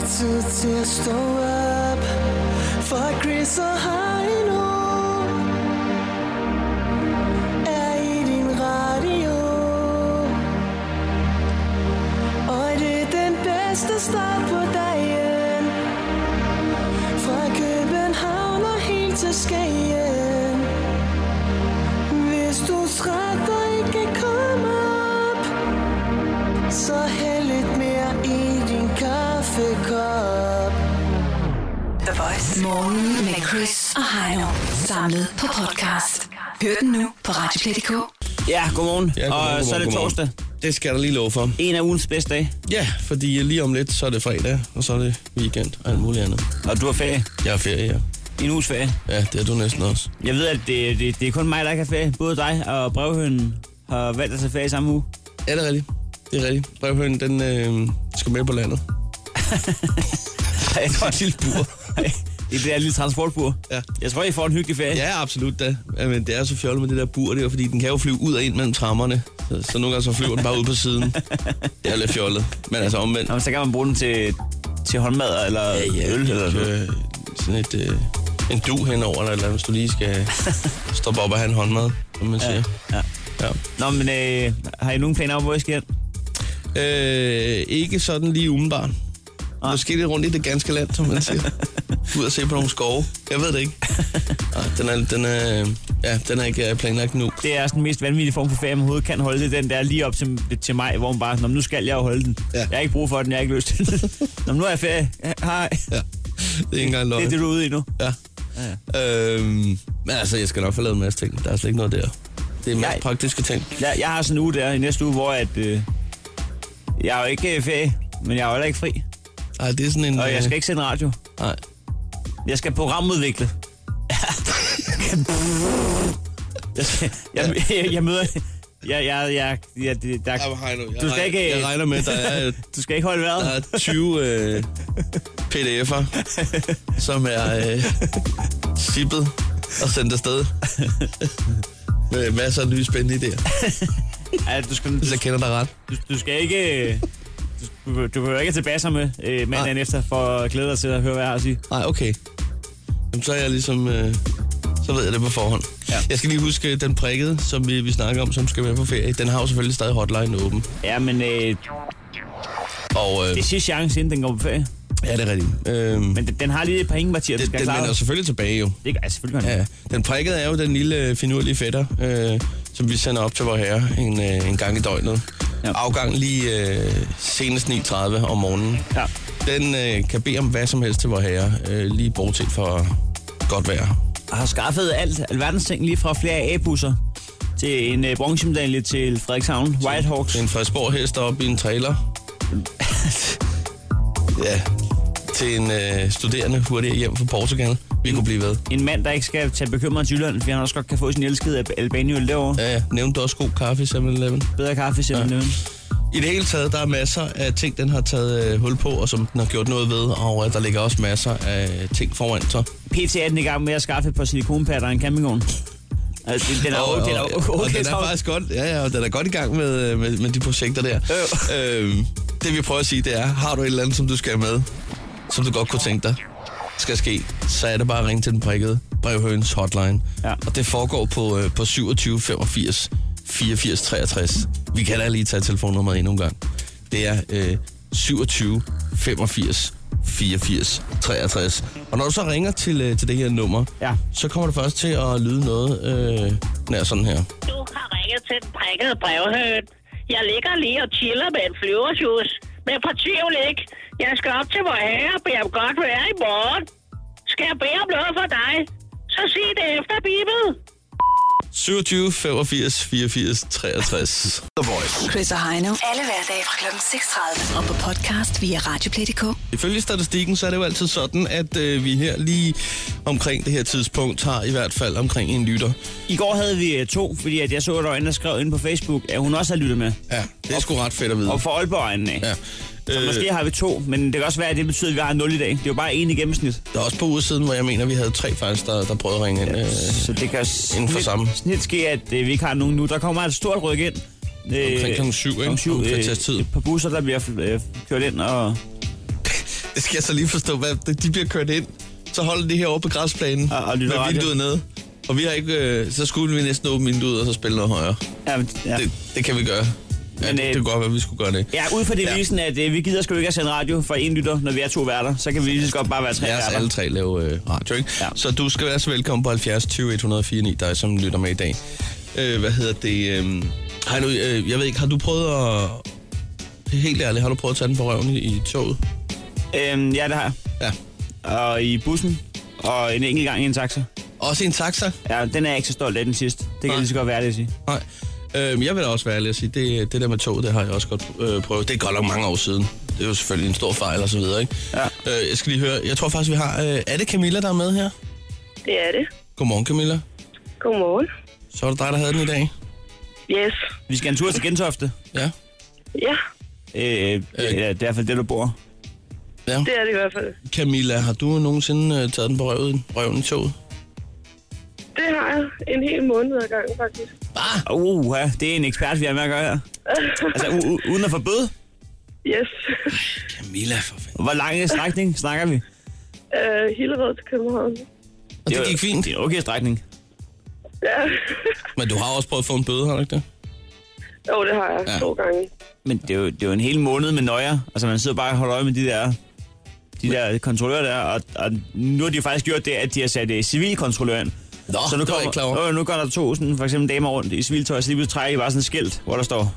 tid til at stå op for Chris og Heino er i din radio. Og det er den bedste start på dagen. Fra København og helt til Skagen. Hvis du er træt og ikke kan komme op, så hæld lidt mere i din kaffekop. The Voice. Morgen med Chris og Heino. Samlet på podcast. Hør den nu på Radioplay.dk. Ja, godmorgen. Ja, godmorgen. Og så er det torsdag. Det skal der lige love for. En af ugens bedste dage. Ja, fordi lige om lidt, så er det fredag, og så er det weekend og alt muligt andet. Og du har ferie? Jeg har ferie, ja. En uges ferie? Ja, det er du næsten også. Jeg ved, at det er kun mig, der ikke har ferie. Både dig og Brevhønen har valgt at tage ferie i samme uge. Ja, det er rigtigt. Det er rigtigt. Brevhønen, den skal med på landet. Jeg tror, et lille bur. Det bliver et lille transportbur. Ja. Jeg tror, I får en hyggelig ferie. Ja, absolut da. Men det er så fjollet med det der bur, det er fordi den kan jo flyve ud og ind mellem trammerne. Så nogle gange så flyver den bare ud på siden. Det er lidt fjollet. Men altså omvendt. Nå, så kan man bruge den til håndmad eller øl eller noget. Sådan en du henover eller andet, hvis du lige skal stoppe op og have en håndmad, som man siger. Ja. Nå, men har I nogen planer om, hvor I skal hen? Ikke sådan lige umiddelbart. Måske lidt rundt i det ganske land, som man siger. Ud og se på nogle skove. Jeg ved det ikke. Den er ikke planlagt nu. Det er sådan den mest vanvittige form for ferie, man overhovedet kan holde det. Den der lige op til mig, hvor man bare, nu skal jeg jo holde den. Ja. Jeg har ikke brug for den, jeg har ikke lyst til den. Nu er jeg ferie. Hej. Ja. Det er ikke engang løgn. Det er det, du er ude i nu. Ja. Men altså, jeg skal nok få lavet en masse ting. Der er slet ikke noget der. Det er meget praktiske ting. Jeg har sådan en uge der i næste uge, hvor jeg er jo ikke ferie, men jeg er jo heller ikke fri. Nej, det er sådan en... Og jeg skal ikke sende radio. Nej. Jeg skal programudvikle. Jeg møder... Du skal ikke... Jeg regner med, der er... Du skal ikke holde vejret. Der er 20 pdf'er, som er sippet og sendt afsted. Med masser af nye spændende idéer. Hvis jeg kender dig ret. Du skal ikke... Du behøver ikke tilbage sig med mandagen efter, for at glæde dig til at høre, hvad jeg har at sige. Nej, okay. Jamen, så er jeg ligesom... så ved jeg det på forhånd. Ja. Jeg skal lige huske den prikkede, som vi snakker om, som skal med på ferie. Den har jo selvfølgelig stadig hotline åben. Ja, men... det er sidste chance, inden den går på ferie. Ja, det er rigtigt. Men den har lige et par hængepartier, den skal klare. Den vender selvfølgelig tilbage, jo. Det gør selvfølgelig godt. Ja. Den prikkede er jo den lille finurlige fætter, som vi sender op til vor herre en gang i døgnet. Ja. Afgang lige senest 9:30 om morgenen. Ja. Den kan bede om hvad som helst til vor herre, lige bortset for godt vejr. Jeg har skaffet alverdens ting, lige fra flere A-busser til en bronzemedalje til Frederikshavn, Whitehawks. Til en Frederiksborg hest op i en trailer. Ja, til en studerende hurtigere hjem fra Portugal. Vi kunne blive ved. En mand, der ikke skal tage bekymret til Jylland, fordi han også godt kan få sin elskede Albaniøl derovre. Ja. Nævnte også god kaffe i 7-Eleven. Bedre kaffe i 7-Eleven. I det hele taget, der er masser af ting, den har taget hul på, og som den har gjort noget ved, og der ligger også masser af ting foran sig. PT er den i gang med at skaffe et par silikonpatter og en campingvogn. Altså, den er faktisk godt, og den er godt i gang med de projekter der. Det vi prøver at sige, det er, har du et eller andet, som du skal med, som du godt kunne tænke dig, skal ske, så er det bare at ringe til den prikkede Brevhøns hotline. Ja. Og det foregår på 27 85 84 63. Vi kan da lige tage telefonnummeret endnu en gang. Det er 27 85 84 63. Og når du så ringer til det her nummer, så kommer det først til at lyde noget nær sådan her. Du har ringet til den prikkede Brevhøn. Jeg ligger lige og chiller med en flyvershus. Men fortvivl ikke. Jeg skal op til vor herre og bede om godt vejr i morgen. Skal jeg bede om noget for dig? Så sig det efter, Bibel. 27 85 84 63. The Voice. Chris og Heino. Alle hverdage fra kl. 6:30. Og på podcast via Radioplay.dk. Ifølge statistikken, så er det jo altid sådan, at vi her lige omkring det her tidspunkt har i hvert fald omkring en lytter. I går havde vi 2, fordi at jeg så, at der var en, der skrev inde på Facebook, at hun også har lyttet med. Ja, det er sgu ret fedt at vide. Og for Aalborg af. Ja. Så måske har vi 2, men det kan også være, at det betyder, at vi har 0 i dag. Det er jo bare 1 i gennemsnit. Der er også på uger siden, hvor jeg mener, at vi havde 3 faktisk, der prøvede at ringe ind. Så det kan inden for samme. Snit ske, at vi ikke har nogen nu. Der kommer et stort ryk ind. Omkring kl. 7, ikke? Et par busser, der bliver kørt ind og... Det skal jeg så lige forstå, hvad de bliver kørt ind. Så holder de her over på græsplænen og med vinduet nede. Og vi har ikke, så skulle vi næsten åbne vinduet og så spille noget højere. Ja. Det kan vi gøre. Ja, det kunne godt være, vi skulle gøre det. Ja, ud fra devisen, at vi gider sgu ikke at sende radio for en lytter, når vi er 2 værter. Så kan vi lige så godt bare være 3 værter. alle 3 lave radio, ikke? Ja. Så du skal være så velkommen på 70 20 104 9, dig som lytter med i dag. Jeg ved ikke, har du prøvet at... Helt ærligt, har du prøvet at tage den på røven i toget? Ja, det har jeg. Ja. Og i bussen, og en enkelt gang i en taxa. Også i en taxa? Ja, den er jeg ikke så stolt af, den sidste. Det kan lige så godt være, det at sige. Nej. Jeg vil da også være ærlig at sige, det der med tog, det har jeg også godt prøvet. Det er godt nok mange år siden. Det er jo selvfølgelig en stor fejl og så videre, ikke? Ja. Jeg skal lige høre, jeg tror faktisk, vi har... er det Camilla, der er med her? Det er det. Godmorgen, Camilla. Godmorgen. Så er det dig, der havde den i dag? Yes. Vi skal en tur til Gentofte. Ja. Ja, Det er i hvert fald det, du bor. Ja. det er det i hvert fald. Camilla, har du nogensinde taget den på røven i toget? Det har jeg en hel måned ad gangen, faktisk. Ja, det er en ekspert, vi har med at gøre her. Altså, uden at få bøde? Yes. Camilla, for fanden. Hvor lang strækning snakker vi? Hillerød til København. Og det gik fint. Det er en okay strækning. Ja. Men du har også prøvet at få en bøde, har du ikke det? Jo, det har jeg 2 gange. Men det er jo en hel måned med nøjer. Altså, man sidder bare og holder øje med de der kontrollører der. Og nu har de jo faktisk gjort det, at de har sat civilkontrollør ind. Nå, så nu det var jeg ikke klar over. Nu går der 2 sådan, for eksempel damer rundt i civiltøj, så lige pludselig trækker I bare sådan et skilt, hvor der står...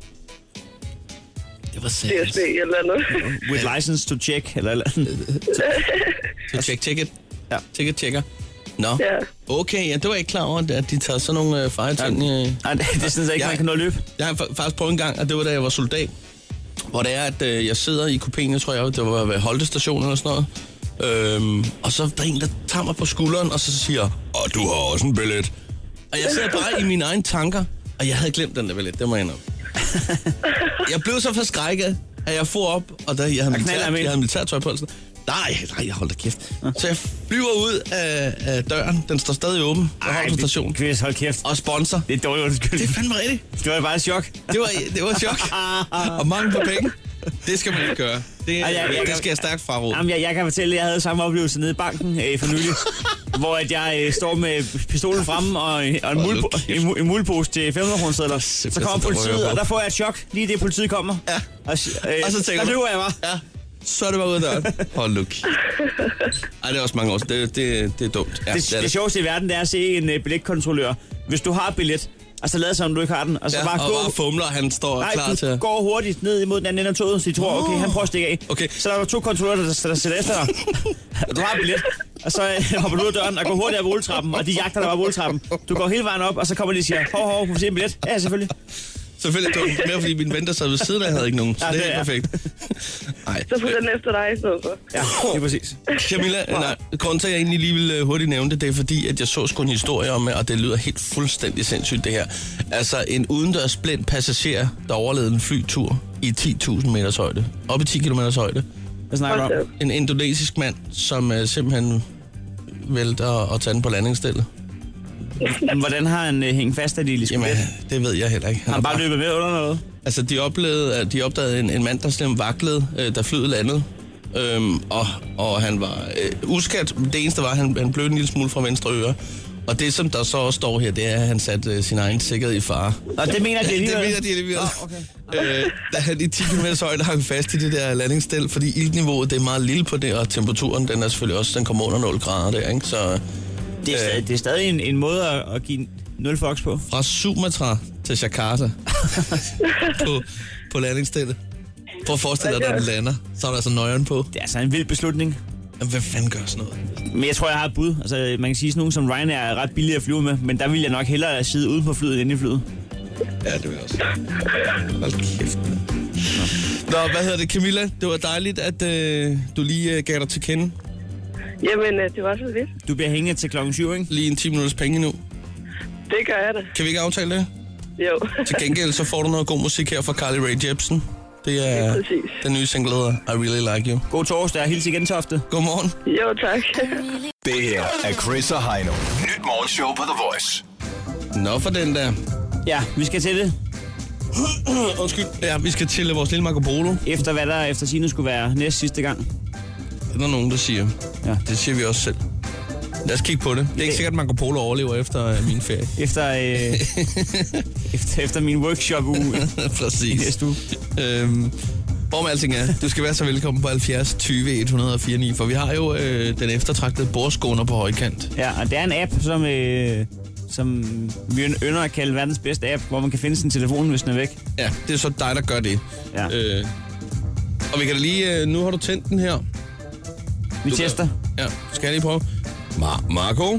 Det var DSB eller andet. With license to check, eller andet. Så check it. Ja. Checker. Nå, Ja. okay, ja, det var jeg ikke klar over, at de tager sådan nogle fejlting. Nej, det er sådan, at ikke man kan nå løbe. Jeg har faktisk prøvet en gang, og det var da jeg var soldat, hvor det er, at jeg sidder i kupéen, jeg tror det var ved Holte Station eller sådan noget, og så er der en, der tager mig på skulderen, og så siger, du har også en billet. Og jeg sidder bare i mine egne tanker, og jeg havde glemt den der billet, det må jeg indrømme. Jeg blev så forskrækket, at jeg får op, og jeg havde militærtøj på. Nej, jeg holder kæft. Så jeg flyver ud af døren. Den står stadig åben. Quiz, hold kæft. Og sponsor. Det er dårligt undskyld. Det er fandme rigtigt. Det var bare et chok. Det var et chok. Og mange på penge. Det skal man ikke gøre. Det skal jeg stærkt fraråde. Jamen, jeg kan fortælle, at jeg havde samme oplevelse nede i banken for nylig, hvor at jeg står med pistolen fremme og en mulepose til 500-kronesedler. Så kommer politiet, og der får jeg et chok, lige det politiet kommer. Ja. Og så tænker der løber jeg bare. Ja. Så er det bare ud af døren. Hold nu. Ej, det er også mange år siden. Det er dumt. Ja, det sjoveste i verden, det er at se en billetkontrollør. Hvis du har billet, og så lader som du ikke har den, og så bare gå... og fumler, han står klar til... Nej, du går hurtigt ned imod den anden ende af toget, så de tror, okay, han prøver at stikke af. Okay. Så der er 2 kontrollører, der sætter efter dig. Du har billet, og så hopper du ud af døren og går hurtigt op ad rulletrappen, og de jagter dig op ad rulletrappen. Du går hele vejen op, og så kommer de og siger, hov, kan vi se en billet? Ja, selvfølgelig. Selvfølgelig dumt. Mere fordi min ven, der sad ved siden af, havde ikke nogen. Så det er perfekt. Så får den efter dig i stedet for. Ja, det er præcis. Camilla, grunden til, at jeg egentlig lige vil hurtigt nævne det, det er fordi, at jeg så sgu en historie om, og det lyder helt fuldstændig sindssygt det her. Altså en udendørs blind passager, der overlevede en flytur i 10.000 meters højde. Op i 10 kilometers højde. Hvad snakker du om? En indonesisk mand, som simpelthen vælter at tage den på landingsstillet. Hvordan har han hængt fast af de Jamen, det ved jeg heller ikke. Han bare løbet med under noget? Altså, de opdagede en mand, der slemt vaklede, da flyet landede. Og han var uskadt. Det eneste var, at han blødte en lille smule fra venstre øre. Og det, som der så også står her, det er, at han satte sin egen sikkerhed i fare. Og det mener de alligevel? Det mener de alligevel. Okay. Da han i 10 km højde hang fast i det der landingsstel, fordi iltniveauet det er meget lille på det, og temperaturen den er selvfølgelig også, den kommer under 0 grader der, ikke? Så... Det er stadig en måde at give 0 fox på. Fra Sumatra til Jakarta på landingsstedet. Prøv at forestille dig, når den lander, så er der altså nøjeren på. Det er altså en vild beslutning. Jamen, hvad fanden gør sådan noget? Men jeg tror, jeg har et bud. Altså, man kan sige, sådan nogen som Ryanair er ret billige at flyve med, men der vil jeg nok hellere sidde uden på flyet, end inde i flyet. Ja, det vil jeg også. Hold kæft. Nå, hvad hedder det, Camilla? Det var dejligt, at du lige gav dig til kende. Jamen, det var så lidt. Du bliver hængende til klokken 7, ikke? Lige en 10 minutters penge nu. Det gør jeg da. Kan vi ikke aftale det? Jo. Til gengæld så får du noget god musik her fra Carly Rae Jepsen. Det er den nye single, der I Really Like You. God torsdag og hils i Gentofte. Godmorgen. Jo, tak. Det her er Chris og Heino. Nyt morgenshow på The Voice. Nå for den der. Ja, vi skal til det. Undskyld. Ja, vi skal til vores lille Marco Polo. Efter hvad der efter sigende skulle være næst sidste gang. Det er der nogen, der siger. Ja. Det siger vi også selv. Lad os kigge på det. Det er ikke sikkert, at Marco Polo overlever efter min ferie. Efter min workshop-uge. Præcis. Næste uge. Hvorom alting er, du skal være så velkommen på 70 20 104 9, for vi har jo den eftertragtede bordskåner på højkant. Ja, og det er en app, som vi ynder at kalde verdens bedste app, hvor man kan finde sin telefon, hvis den er væk. Ja, det er så dig, der gør det. Ja. Og vi kan da lige... nu har du tændt den her. Vi tester. Ja, skal jeg lige prøve? Marco?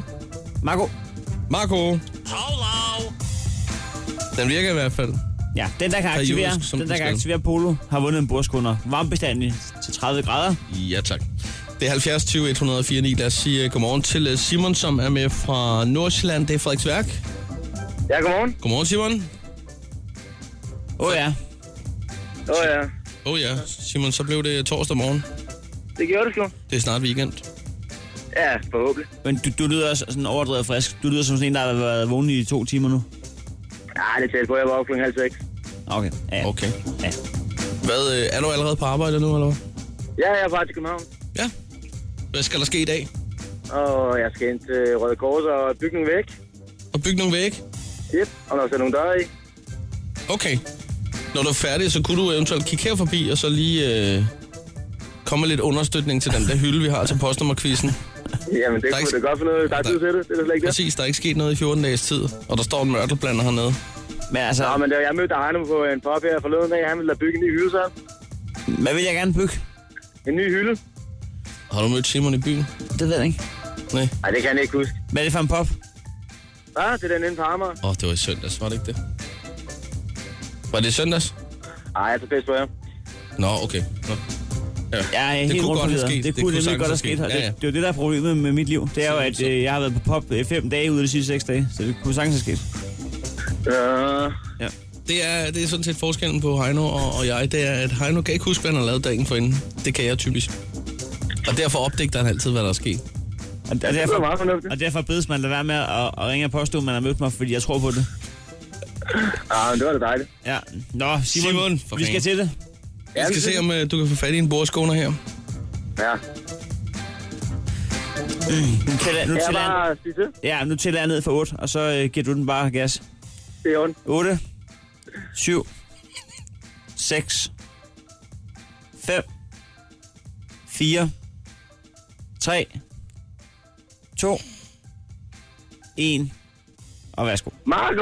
Hello. Den virker i hvert fald. Ja, den der kan aktivere Polo, har vundet en bordskunder. Varmebestandig til 30 grader. Ja, tak. Det er 70 20 104 9. Lad os sige godmorgen til Simon, som er med fra Nordsjælland. Det er Frederiksværk. Ja, godmorgen. Godmorgen, Simon. Ja. Ja. Simon, så blev det torsdag morgen. Det gjorde det sgu. Det er snart weekend. Ja, forhåbentlig. Men du lyder sådan overdrevet frisk. Du lyder som sådan en, der har været vågen i 2 timer nu. Ja, det tæller på, jeg var oppe kl. 5:30. Okay. Ja. Okay. Ja. Hvad, er du allerede på arbejde nu, eller hvad? Ja, jeg er bare til København. Ja. Hvad skal der ske i dag? Og jeg skal ind til Røde Kors og bygge nogle væg. Og bygge nogle væg? Yep, og der er nogle døre i. Okay. Når du er færdig, så kunne du eventuelt kigge her forbi, og så lige komme med lidt understøtning til den der hylde, vi har til postnummerquizzen. Jamen, det kunne det godt for noget. Der er tid til det. Det er slet ikke det. Præcis, der er ikke sket noget i 14 dages tid, og der står en mørtelblander hernede. Men altså... Nå, men jeg mødte Heino på en pop her forleden dag. Han ville da bygge en ny hylde, så. Hvad vil jeg gerne bygge? En ny hylde. Har du mødt Simon i byen? Det ved jeg ikke. Nej. Nej, det kan jeg ikke huske. Hvad er det for en pop? Ja, det er den inde på Amager. Det var i søndags, var det ikke det? Var det i søndags? Nej, jeg tager pæst på jer. Nå, okay. Nå. Ja. Jeg er helt rundt for det. Det kunne nemlig godt have sket. Ja. Det er jo det, der er problemet med mit liv. Det er jo, at jeg har været på pop 5 dage ud af de sidste 6 dage. Så det kunne sagtens have sket. Ja. Det er sådan set forskellen på Heino og jeg. Det er, at Heino kan ikke huske, hvad han har lavet dagen forinden. Det kan jeg typisk. Og derfor opdigter han altid, hvad der er sket. Og derfor bedes man lade være med at ringe og påstå, at man har mødt mig, fordi jeg tror på det. Ja, men det var da dejligt. Ja. Nå, Simon vi skal til det. Vi skal se, om du kan få fat i en bordskåner her. Ja. Nu tæller jeg ned for 8, og så giver du den bare gas. Det er ondt. 8, 7, 6, 5, 4, 3, 2, 1, og værsgo. Marco!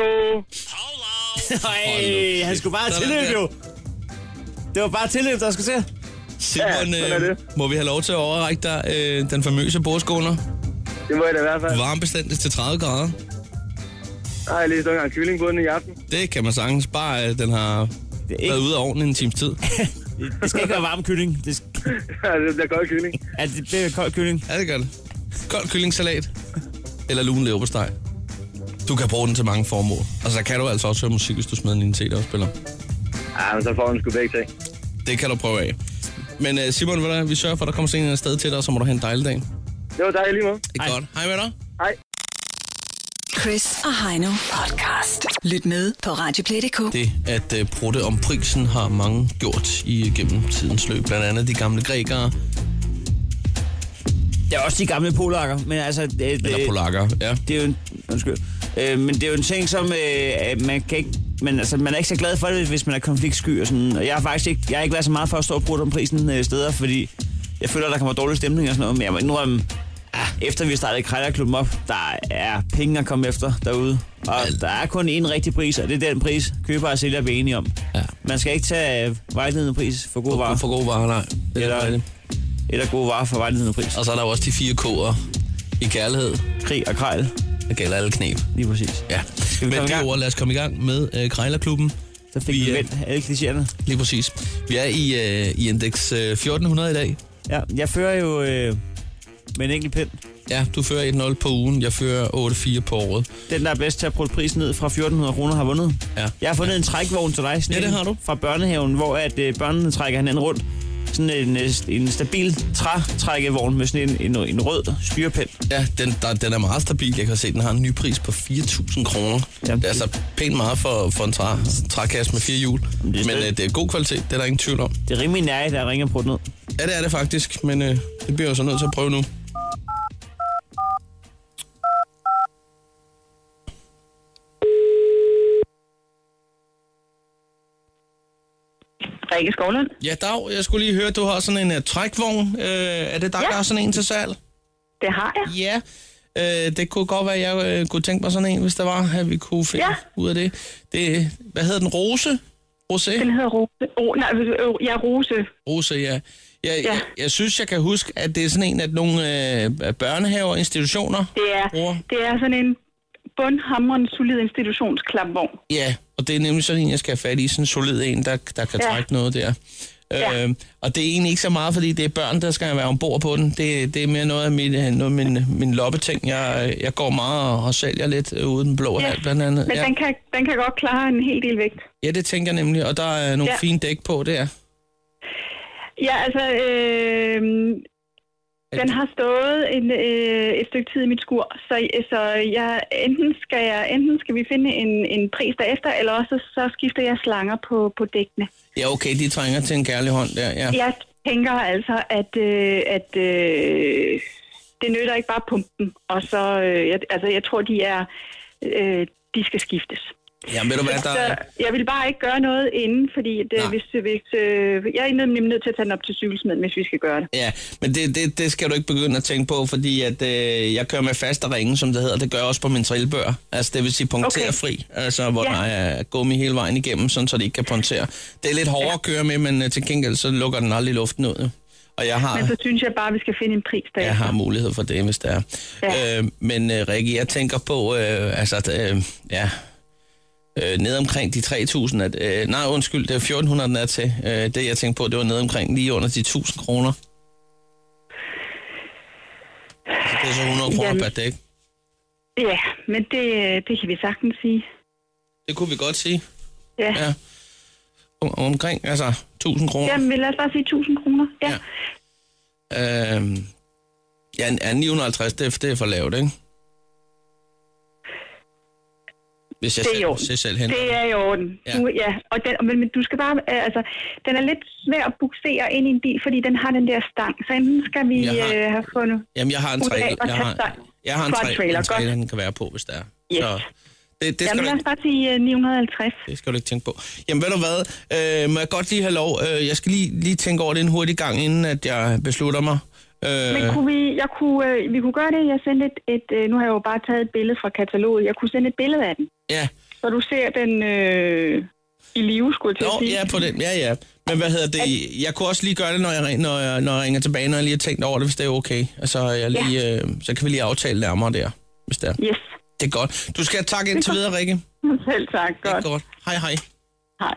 Ej, han skulle bare tilløbe jo. Det var bare tilløb, der skulle til. Simon, må vi have lov til at overrække dig den famøse bordskåner? Det må jeg da i hvert fald. Varmebestandigt til 30 grader. Jeg har lige stået en gang kylling på den i aften. Det kan man sagtens. Bare at den har været ude af ovnen en times tid. Det skal ikke være varm kylling. Ja, det bliver kold kylling. Ja, det bliver kold kylling. Ja, det gør det. Kold kyllingsalat. Eller lugen leverpostej. Du kan bruge den til mange formål. Altså, der kan du altså også høre musik, hvis du smider den i en CD-afspiller. Ja, men så får den sgu begge ting. Det kan du prøve af. Men Simon, vi sørger for, at der kommer sådan en afsted til dig, og så må du have en dejlig dag. Det var dejligt lige måde. Det er godt. Hej med dig. Hej. Chris og Heino podcast. Lyt med på radioplay.dk. Det at prutte om prisen har mange gjort igennem tidens løb. Blandt andet de gamle grækere. Ja, også de gamle polakker. Men altså... Eller polakker, ja. Det er jo en... Undskyld. Men det er jo en ting, som man kan ikke... Men altså, man er ikke så glad for det, hvis man er konfliktsky og sådan. Og jeg har faktisk ikke... Jeg har ikke været så meget for at stå og prutte om prisen steder, fordi jeg føler, der kommer dårlig stemning og sådan noget. Men jeg må indrømme... Efter vi startede Krejlerklubben op, der er penge at komme efter derude. Og der er kun én rigtig pris, og det er den pris, køber og sælger er enige om. Ja. Man skal ikke tage vejledende pris for gode varer. For gode varer, nej. Eller gode varer for vejledende pris. Og så er der jo også de 4 K'er i kærlighed. Krig og krejl. Det gælder alle knep. Lige præcis. Ja. Men det ord, lad os komme i gang med Krejlerklubben. Så fik vi vendt alle klichéerne. Lige præcis. Vi er i indeks 1400 i dag. Ja, jeg fører jo med en enkelt pind. Ja, du fører 1-0 på ugen. Jeg fører 8-4 på året. Den, der er bedst til at prutte prisen ned fra 1.400 kroner, har vundet. Ja. Jeg har fundet en trækvogn til dig. Ja, det har du. Fra børnehaven, hvor at børnene trækker hinanden rundt. Sådan en stabil trætrækkevogn med sådan en rød styrepind. Ja, den er meget stabil. Jeg kan se, den har en ny pris på 4.000 kroner. Ja, det er altså pænt meget for en trækasse med 4 hjul. Men det er god kvalitet, det er der ingen tvivl om. Det er rimelig nærigt, at ringe og prutte ned. Ja, det er det faktisk, men Det bliver jeg så nødt til at prøve nu. Rikke Skovlund. Ja, Dag. Jeg skulle lige høre, at du har sådan en trækvogn. Er det dig, der har sådan en til salg? Det har jeg. Ja. Det kunne godt være, at jeg kunne tænke mig sådan en, hvis der var, at vi kunne finde ud af det. Hvad hedder den? Rose? Rosé? Den hedder Rose. Rose. Rose, ja. Jeg synes, jeg kan huske, at det er sådan en, at nogle børnehaver, institutioner bruger. Det er sådan en bundhamrende solid institutionsklapvogn. Ja, og det er nemlig sådan en, jeg skal have fat i. Sådan en solid en, der kan trække noget der. Ja. Og det er egentlig ikke så meget, fordi det er børn, der skal være ombord på den. Det er mere noget af min loppeting. Jeg går meget og sælger lidt ude den blå hal, blandt andet. Men den kan godt klare en hel del vægt. Ja, det tænker jeg nemlig. Og der er nogle fine dæk på, der. Ja, altså... Den har stået et stykke tid i mit skur, så enten skal vi finde en pris derefter, eller også så skifter jeg slanger på dækkene. Ja, okay, de trænger til en kærlig hånd der, ja. Jeg tænker altså, at det nytter ikke bare pumpen, og så, jeg tror, de skal skiftes. Ja, ved du hvad, jeg vil bare ikke gøre noget inden, fordi jeg er nemlig nødt til at tage den op til cykelsmeden, hvis vi skal gøre det. Ja, men det skal du ikke begynde at tænke på, fordi at, jeg kører med faste ringe, som det hedder. Det gør jeg også på min trillebør. Altså det vil sige punkterfri, altså hvor der er gummi hele vejen igennem, sådan, så det ikke kan punktere. Det er lidt hårdere at køre med, men til gengæld så lukker den aldrig luften ud. Og men så synes jeg bare, at vi skal finde en pris der. Jeg har mulighed for det, hvis det er. Ja. Men Rikke, jeg tænker på, ned omkring de 3.000, nej undskyld, det er 1.400 den er til. Det jeg tænkte på, det var ned omkring lige under de 1.000 kroner. Altså, det er så 100 kroner per dæk. Ja, men det kan vi sagtens sige. Det kunne vi godt sige. Ja. Omkring, altså 1.000 kroner. Jamen, lad os bare sige 1.000 kroner, ja. Ja, 950, det er for lavt, ikke? Hvis jeg selv henter. Det er i orden. Men du skal bare, den er lidt svær at buksere ind i en bil, fordi den har den der stang. Så enten skal vi have fundet... Jamen, jeg har en trailer. Jeg har en trailer, den kan være på, hvis der er. Yes. Så jamen, lad os bare sige 950. Det skal du ikke tænke på. Jamen, ved du hvad? Må jeg godt lige have lov? Jeg skal lige tænke over det en hurtig gang, inden at jeg beslutter mig. Men vi kunne gøre det. Jeg sendte nu har jeg jo bare taget et billede fra kataloget. Jeg kunne sende et billede af den. Ja. Så du ser den i live, skulle jeg til at sige. Ja, på den. Ja. Men hvad hedder det? Jeg kunne også lige gøre det, når jeg ringer tilbage, når jeg lige har tænkt over det, hvis det er okay. Altså, så kan vi lige aftale nærmere der, hvis det er. Yes. Det er godt. Du skal have tak indtil videre, Rikke. Selv tak. Godt. Det er godt. Hej. Hej.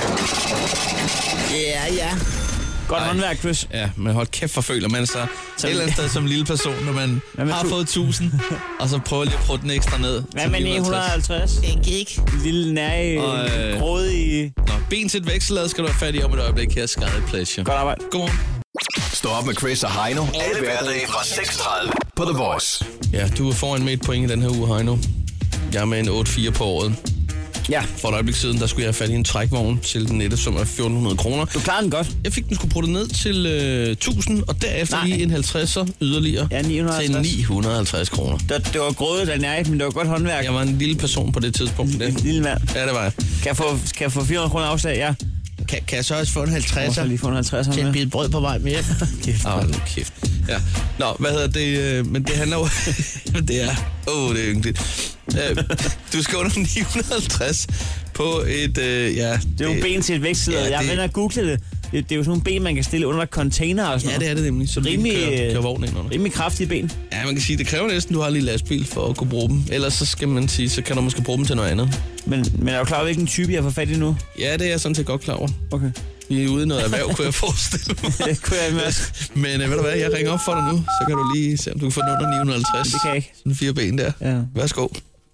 Ja. Godt håndværk, Chris. Ja, men hold kæft, forføler man sig et eller andet sted som lille person, når man har fået 1000, og så prøver lige at prøve den ekstra ned. Hvad med 950? Ikke. Lille nære, grådige... Nå, ben til et vekselad skal du have fat i om et øjeblik her. Skade pleasure. Godt arbejde. Godmorgen. Stå op med Chris og Heino. Alle hverdage fra 6:30 på The Voice. Ja, du er foran med et point i den her uge, Heino. Jeg er med en 8-4 på året. Ja. For et øjeblik siden, der skulle jeg have fat i en trækvogn til den nette, som er 1.400 kroner. Du klarede den godt. Jeg fik den sgu pruttet ned til 1.000, og derefter lige en 50'er yderligere til 950 kroner. Det var grådet den er, men det var godt håndværk. Jeg var en lille person på det tidspunkt. En lille mand. Ja, det var jeg. Kan jeg få 400 kroner afslag? Ja. Kan jeg så også få en 50'er? Jeg lige få en 50'er til en bid brød på vej med hjem? Kæft. Ja. Nå, hvad hedder det? Men det handler jo... det er... det er ynkeligt. Du skal under 950 på et... Det er jo ben til et vækstled. Jeg vender at google det. Det er jo sådan nogle ben, man kan stille under container og sådan noget. Ja, det er det nemlig. Så kører vognen ind under. Rimelig kraftige ben. Ja, man kan sige, det kræver næsten, du har lige lastbil for at kunne bruge dem. Ellers så skal man sige, så kan du måske bruge dem til noget andet. Men er du klar over, hvilken type jeg får fat i nu? Ja, det er jeg sådan set godt klar over. Okay. Vi er ude i noget erhverv, kunne jeg forestille mig. Det kunne jeg også. Men ved du hvad, jeg ringer op for dig nu, så kan du lige se, om du kan få den under 950. Det kan jeg ikke. Sådan 4 ben der. Ja. Værsgo.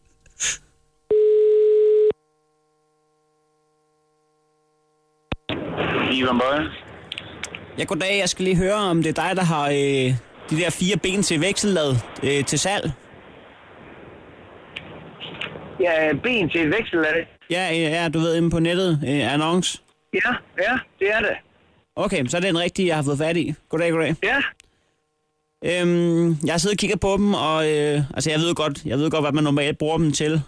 Ivan Bøje. Ja, goddag. Jeg skal lige høre, om det er dig, der har de der 4 ben til vekselad til salg. Ja, ben til et vekselad. Ja, du ved, inde på nettet. Annonce. Ja, det er det. Okay, så er det en rigtig, jeg har fået fat i. Goddag. Ja. Jeg sidder og kigger på dem, og altså jeg ved godt, hvad man normalt bruger dem til.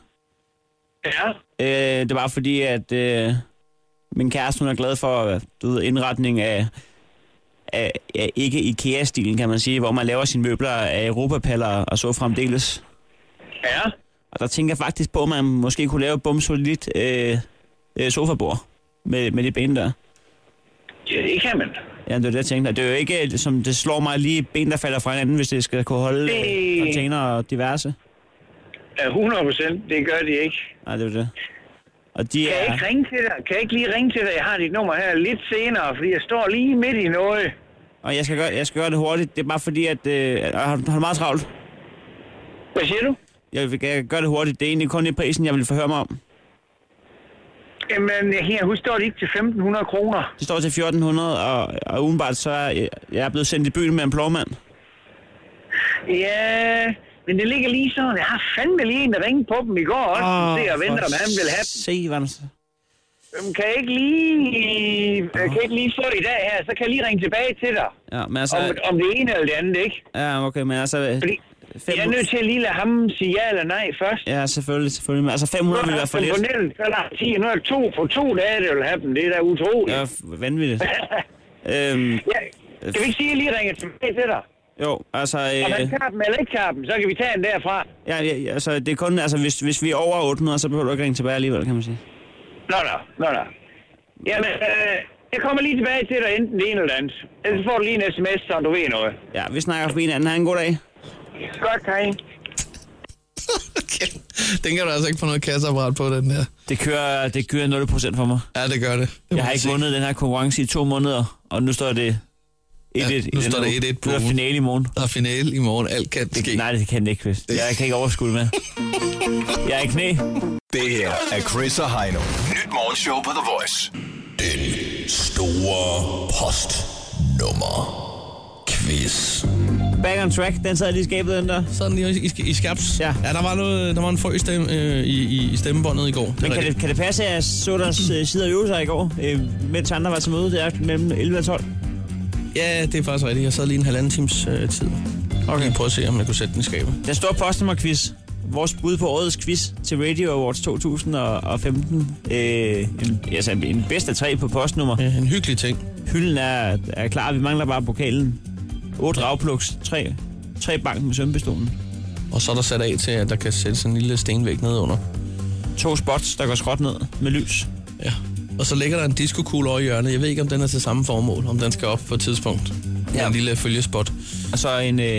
Ja. Det var fordi, at min kæreste, hun er glad for indretning af ikke IKEA-stilen, kan man sige, hvor man laver sine møbler af europapaller og så fremdeles. Ja. Og der tænker jeg faktisk på, at man måske kunne lave et bumsolidt sofabord med de ben der. Ja, det kan man. Ja, det er det, jeg tænkte. Det er jo ikke, som det slår mig lige ben, der falder fra hinanden, hvis det skal kunne holde container og diverse. Ja, 100%. Det gør de ikke. Nej, det er det. Og de Kan jeg ikke ringe til dig? Kan jeg ikke lige ringe til dig? Jeg har dit nummer her lidt senere, fordi jeg står lige midt i noget. Og jeg skal gøre det hurtigt. Det er bare fordi, at har du meget travlt? Hvad siger du? Jeg vil gøre det hurtigt. Det er egentlig kun i prisen, jeg vil forhøre mig om. Jamen, her husk, står det ikke til 1.500 kroner. Det står til 1.400, og udenbart så er jeg blevet sendt i byen med en plovmand. Ja, men det ligger lige sådan. Jeg har fandme lige en, der ringede på dem i går også. Se og venter, om han vil have dem. Se, hvad så. Kan jeg ikke lige få i dag her, så kan jeg lige ringe tilbage til dig. Ja, men altså... Om det ene eller det andet, ikke? Ja, okay, men altså... Fordi jeg er nødt til at lige lade ham sige ja eller nej først. Ja, selvfølgelig. Men altså 500 vil være for lidt. Så er der 10, nu er det på 2 dage, det vil have dem. Det er da utroligt. Ja, vanvittigt. Ja, kan vi ikke sige, at jeg lige ringer tilbage til dig? Jo, altså... Om han tager dem eller ikke tager dem, så kan vi tage den derfra. Ja, altså det er kun... Altså hvis vi er over 800, så behøver du ikke ringe tilbage alligevel, kan man sige. Nå. Jamen, jeg kommer lige tilbage til dig, enten det ene eller andet. Ellers får du lige en sms, så du ved noget. Ja, vi snakker for en anden. Ha' en god dag. Godt, hej. Okay. Den kan du altså ikke få noget kasseapparat på, den der. Det kører 0% for mig. Ja, det gør det. Jeg har ikke vundet den her konkurrence i 2 måneder, og nu står det 1-1. Ja, nu står det 1-1 på ugen. Der er finale i morgen. Der er finale i morgen. Alt kan ske. Nej, det kan det ikke, Chris. Jeg kan ikke overskue med. Jeg er i knæ. Det her er Chris og Heino. Nyt morgenshow på The Voice. Den store postnummer quiz. Back on track, den sad lige i skabet, den der. Sådan lige i skabs. Ja, der var en frø i stemmebåndet i går. Men kan det passe, at jeg så der sidder og øve sig i går, mens andre var til møde der mellem 11 og 12? Ja, det er faktisk rigtigt. Jeg sad lige en halvanden times tid. Okay. Jeg prøver at se, om jeg kunne sætte den i skabet. Den store postnummer-quiz. Vores bud på årets quiz til Radio Awards 2015. En bedst af 3 på postnummer. Ja, en hyggelig ting. Hylden er klar. Vi mangler bare pokalen. 8 ravplugs, 3 bank med svømmepistolen. Og så er der sat af til, at der kan sættes en lille stenvæg ned under. 2 spots, der går skråt ned med lys. Ja. Og så ligger der en diskokugle over i hjørnet. Jeg ved ikke, om den er til samme formål, om den skal op på et tidspunkt. Ja. En lille følgespot. Og så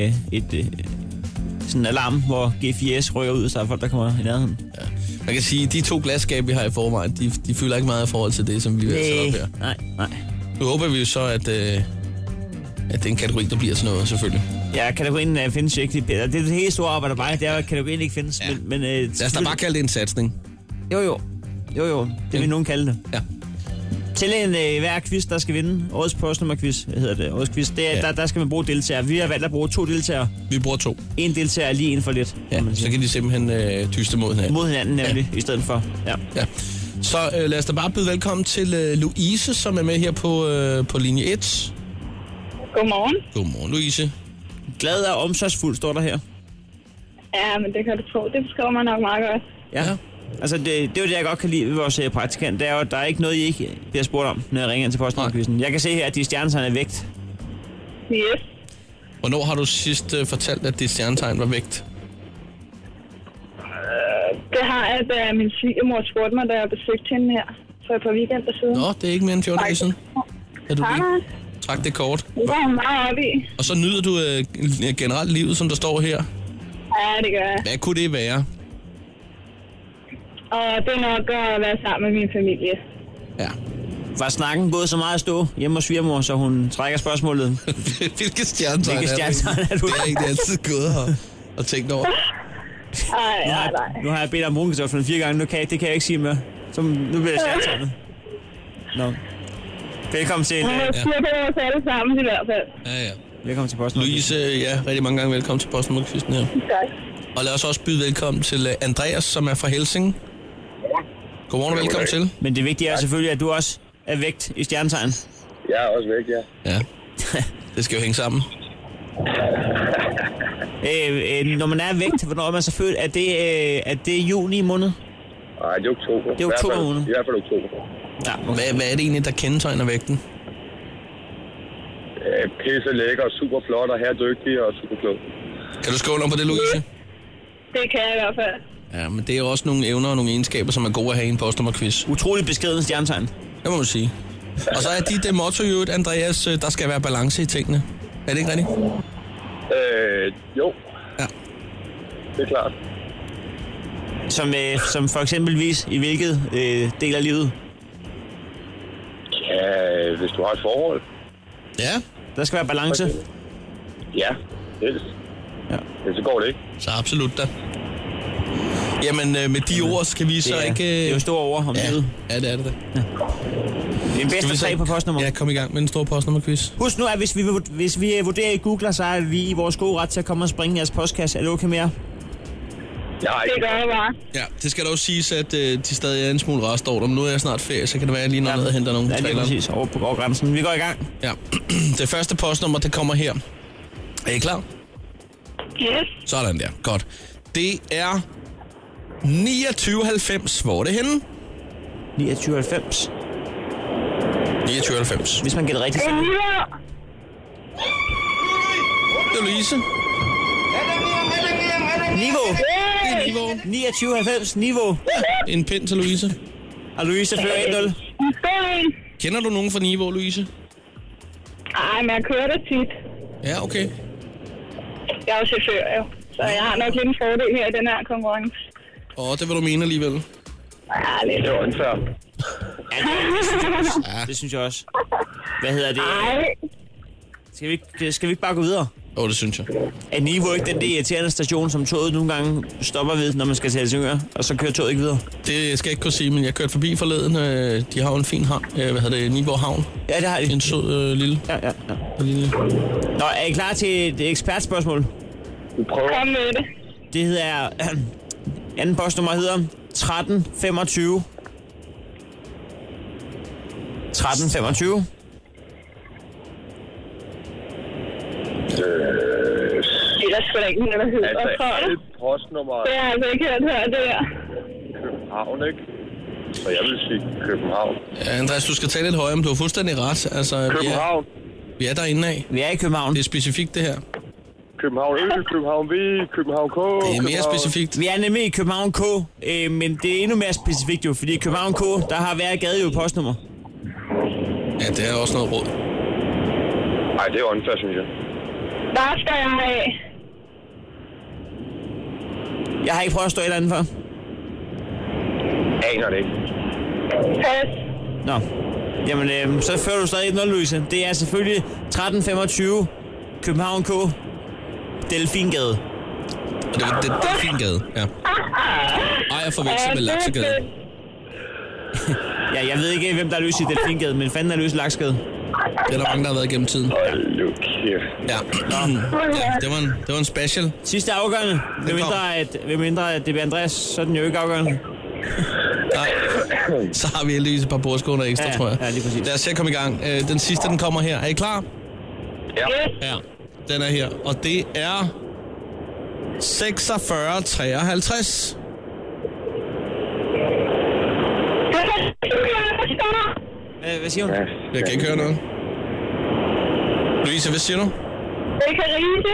sådan en alarm, hvor G4S rykker ud, så er folk, der kommer i nærheden. Ja. Man kan sige, at de 2 glasskab, vi har i forvejen, de fylder ikke meget i forhold til det, som vi vil have sat op her. Nej. Nu håber vi jo så, at det er en kategori, der bliver sådan noget, selvfølgelig. Ja, kategorien findes ikke. Det er det hele store arbejde bare, det er, at kategorien ikke findes. Ja. Men, lad os da bare kalde det en satsning. Jo. Det vil nogen kalde det. Ja. Til hver quiz, der skal vinde, årets postnummer-quiz, hedder det, årets quiz, der skal man bruge deltagere. Vi har valgt at bruge 2 deltagere. Vi bruger 2. En deltager er lige inden for lidt. Ja, så kan de simpelthen tyste mod hinanden. Mod hinanden nemlig, i stedet for. Ja. Så lad os da bare byde velkommen til Louise, som er med her på linje 1. Godmorgen, Louise. Glad og omsorgsfuld, står der her. Ja, men det kan du tro. Det beskriver man nok meget godt. Ja. Altså, det er jo det, jeg godt kan lide ved vores praktikant. Det er jo, at der er ikke noget, I ikke bliver spurgt om, når jeg ringer ind til postnummerquizzen. Jeg kan se her, at de stjernetegn er vægt. Yes. Hvornår har du sidst fortalt, at dit stjernetegn var vægt? Det har jeg, da min svigermor spurgte mig, da jeg besøgte hende her for et par weekender siden. Nå, det er ikke mere end 14 dage siden. Da du trak det kort. Det var hun meget op i. Og så nyder du generelt livet, som der står her? Ja, det gør jeg. Hvad kunne det være? Og det er nok at være sammen med min familie. Ja. Var snakken gået så meget at stå hjemme hos svigermor, så hun trækker spørgsmålet? Hvilke stjernetegn er du? Det er ikke altid gået her og tænkt over. Nej. Nu har jeg bedt om brunkartoflen 4 gange, det kan jeg ikke sige mere. Så nu bliver det stjernetegnet. Nå. Velkommen til... Hun har styr på os alle sammen i hvert fald. Ja. Velkommen til postnummerquizzen. Louise, rigtig mange gange velkommen til postnummerquizzen her. Tak. Og lad os også byde velkommen til Andreas, som er fra Helsing. Godmorgen og velkommen til. Men det vigtige er selvfølgelig, at du også er vægt i stjernetegn. Jeg er også vægt, ja. Ja, det skal jo hænge sammen. Når man er vægt, hvornår er man så født? Er det juni måned? Nej, det er oktober. Det er oktober måned. I hvert fald oktober. Ja, okay. Hvad er det egentlig, der kendetegner vægten? Pisse lækker, super flot og herredygtig og super klog. Kan du skrive under på det, Louise? Det kan jeg i hvert fald. Ja, men det er jo også nogle evner og nogle egenskaber, som er gode at have i en postnummerquiz. Utrolig beskeden stjernetegn. Det må man sige. Og så er dit motto jo, Andreas, der skal være balance i tingene. Er det ikke rigtigt? Jo. Ja. Det er klart. Som for eksempelvis i hvilket del af livet? Ja, hvis du har et forhold. Ja. Der skal være balance. Ja, helst. Ja. Men så går det ikke. Så absolut da. Jamen, med de ord skal vi så ikke... Det er jo store ord om livet. Ja, det er det da. Ja. Det er en bedste 3 på postnummer. Ja, kom i gang med en stor postnummerquiz. Husk nu, at hvis vi vurderer i Googler, så er vi i vores gode ret til at komme og springe jeres postkasse. Er det okay mere? Ja, Det gør jeg bare. Ja, det skal dog siges, at de stadig er en smule restordre, men nu er jeg snart ferie, så kan det være, at jeg lige når ned og henter nogle Ja, det er præcis. Over grænsen. Vi går i gang. Ja. Det første postnummer, det kommer her. Er I klar? Yes. Sådan der. Godt. Det er 2990. Hvor er det henne? 2990. 2990. Hvis man gætter rigtigt, så... Det er Louise. Niveau. Det er Niveau. 2990. Niveau. En pind til Louise. Og Louise fører 1-0. Kender du nogen fra Niveau, Louise? Ej, men jeg kører det tit. Ja, okay. Jeg er jo chauffør, jo. Så jeg har nok lidt en fordel her i den her konkurrence. Det vil du mene alligevel. Ja, lidt undfør. Ja, det synes jeg også. Hvad hedder det? Ej. Skal vi ikke bare gå videre? Det synes jeg. Er Niveau ikke den der irriterende station, som toget nogle gange stopper ved, når man skal til Helsingør, og så kører toget ikke videre? Det skal jeg ikke kunne sige, men jeg kørte forbi forleden. De har jo en fin havn. Niveau Havn. Ja, det har de. En sød lille. Ja. Lille. Nå, er I klar til et ekspertspørgsmål? Du prøver. Kom med det. Det hedder... anden postnummer hedder 1325. 1325. Det er der sgu da ikke nogen, der hedder. Altså, et postnummer. Det har jeg altså ikke hørt her, det der. København, ikke? Så jeg vil sige København. Ja, Andreas, du skal tale lidt højere, men du har fuldstændig ret. Altså, København. Vi er derinde af. Vi er i København. Det er specifikt, det her. København Ø, København V, København K. Det er mere specifikt. Vi er nemlig i København K, men det er endnu mere specifikt jo, fordi i København K, der har hver gade jo et postnummer. Ja, det er også noget råd. Nej, det er åndfærd, synes jeg. Der skal jeg have. Jeg har ikke prøvet at stå et eller andet før. Aner det ikke. Pas. Nå, jamen så fører du stadig 1-0, Louise. Det er selvfølgelig 1325 København K, Delfingade. Og det var Delfingade, ja. Ej, jeg forveksler med Laksegade. Ja, jeg ved ikke, hvem der er løs i Delfingade, men fanden er løs i Laksegade. Det er der mange, der har været gennem tiden. Hold nu kæft. Ja. Det var en special. Sidste afgørende. Hvem mindre at det bliver Andreas, så er den jo ikke afgørende. Nej. Så har vi heldigvis et par bordskåner ekstra, tror jeg. Ja, lige præcis. Lad os se at komme i gang. Den sidste, den kommer her. Er I klar? Ja. Ja. Den er her. Og det er 4653. Hvad siger hun? Jeg kan ikke høre noget. Louise, hvad siger du? Det kan rise.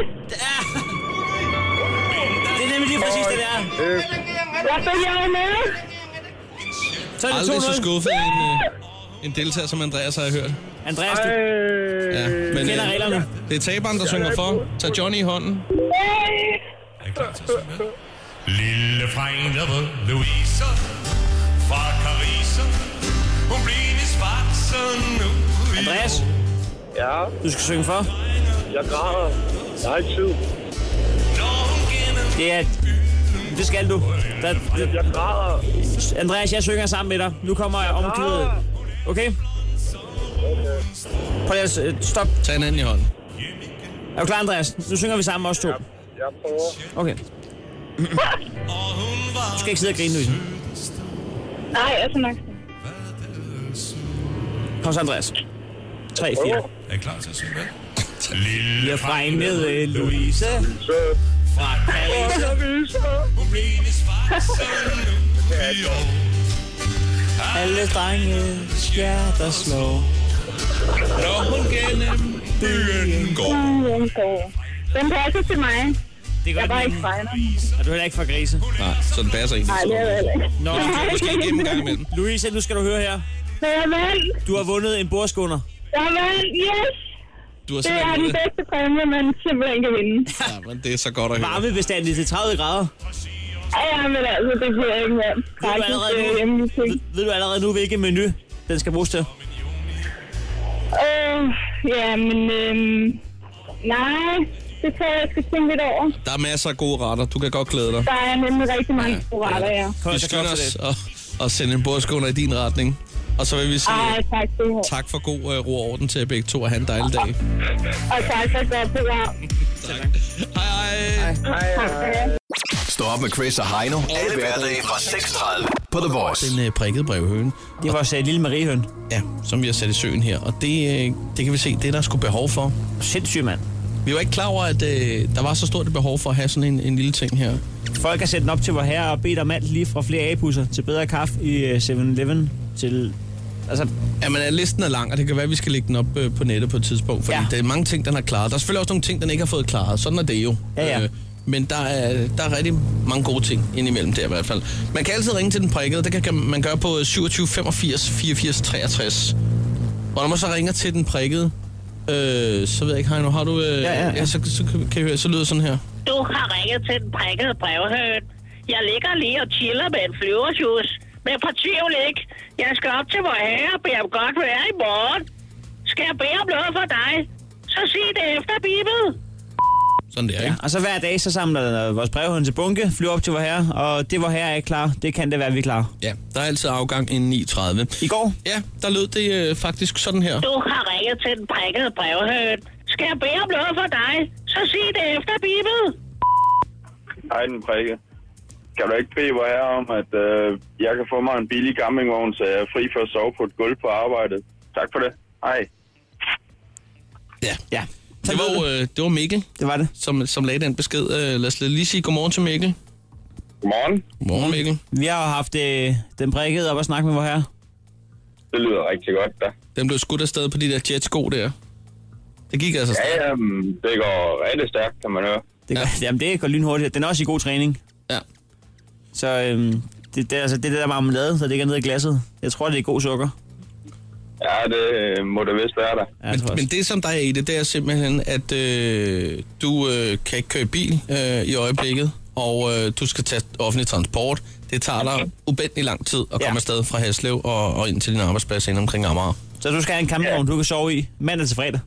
Det er nemlig lige præcis det der. Hvad fik jeg med? Så er det Aldrig så 2-0. skuffet en deltager, som Andreas har hørt. Andreas, du Ja, men kender reglerne. det er taberen, der synger for. Tag Johnny i hånden. Lille frængere Louise fra Carisse. Hun bliver i spatsen nu. Andreas, Ja, du skal synge for. jeg græder. Jeg har ikke tid. Det skal du. Jeg græder. Andreas, jeg synger sammen med dig. Nu kommer jeg omkvædet. Okay? Prøv lige at stop. Tag en anden i hånden. Er du klar, Andreas? Nu synger vi sammen også to. Jeg prøver. Okay. Du skal ikke sidde og grine, Louise. Nej, jeg er nok. Kom så, Andreas. 3, 4. Er I klar til at synge med? Lille fregnede Louise Fra Carissa. Hun blev en svartsen i år. Alle drenges hjerter slår. Når hun gennem byen går. Den passer til mig. Det gør jeg var den ikke fejler. Og du er heller ikke fra Grise? Nej, så den passer ikke. Nej, det er jeg heller ikke. Nå, måske igennem gang imellem. Louise, nu skal du høre her. Jamen. Du har vundet en bordskåner. Jamen, yes. Du har det er den bedste præmie, man simpelthen kan vinde. Ja, men det er så godt at høre. Varmebestandigt til 30 grader. Ja, men altså, det bliver ikke mere. Ved du allerede nu, hvilken menu den skal bruges til? Ja, men nej, det tror jeg skal tænke lidt over. Der er masser af gode retter. Du kan godt glæde dig. Der er nemlig rigtig mange gode retter, ja. Vi skynder os at sende en bordskåner i din retning. Og så vil vi sige tak for god ro og orden til begge to, og have en dejlig dag. Og tak for et godt program. Tak. Hej. Stå op med Chris og Heino. Alle hverdage fra 6:30 på The Voice. Den prikkede brevhøne. Det var også lille Mariehøn. Ja, som vi har sat i søen her. Og det kan vi se, det er der sgu behov for. Sindssygt, mand. Vi var ikke klar over, at der var så stort et behov for at have sådan en lille ting her. Folk har sat den op til vor herre og bedt om alt lige fra flere A-pusser til bedre kaffe i 7-Eleven til... Altså... Jamen, listen er lang, og det kan være, at vi skal lægge den op på nettet på et tidspunkt, fordi der er mange ting, den har klaret. Der er selvfølgelig også nogle ting, den ikke har fået klaret. Sådan er det jo. Ja. Men der er rigtig mange gode ting indimellem der i hvert fald. Man kan altid ringe til den prikkede. Det kan man gøre på 27 85 84 63. Og når man så ringer til den prikkede, så ved jeg ikke, Heino, har du... Så kan I høre, så lyder sådan her. Du har ringet til den prikkede brevhøn. Jeg ligger lige og chiller med en flyvershus. Men på tvivl ikke. Jeg skal op til vor herre og bede om godt være i morgen. Skal jeg bede om noget for dig, så sig det efter Bibel. Sådan det er, ikke? Og så hver dag, så samler vores brevhøn til bunke, flyver op til vor herre, og det vor herre er ikke klar. Det kan det være, vi er klar. Ja, der er altid afgang inden 9:30. I går? Ja, der lød det faktisk sådan her. Du har ringet til den prikkede brevhøn. Skal jeg bede om noget for dig, så sig det efter Bibel. Hej, den prikke. Kan du ikke bede vor herre om, at jeg kan få mig en billig campingvogn, så jeg er fri for at sove på et gulv på arbejdet? Tak for det. Hej. Ja. Det var Mikkel. Det var det. Som lagde den besked. Lad os lige sige godmorgen til Mikkel. Godmorgen. Godmorgen, Mikkel. Vi har jo haft den prikkede op og snakke med vor herre. Det lyder rigtig godt, da. Den blev skudt afsted på de der jetsko der. Det gik altså stærkt. Ja, det går rigtig stærkt, kan man høre. Jamen, det går lynhurtigt. Den er også i god træning. Ja. Så det er det der marmelade, så det ikke er nede i glasset. Jeg tror, det er god sukker. Ja, det må det vist være der. Ja, men det, som der er i det, det er simpelthen, at du kan ikke køre bil i øjeblikket, og du skal tage offentlig transport. Det tager dig ubændig lang tid at komme afsted fra Haslev og ind til din arbejdsplads inde omkring Amager. Så du skal have en campingvogn, du kan sove i mandag til fredag?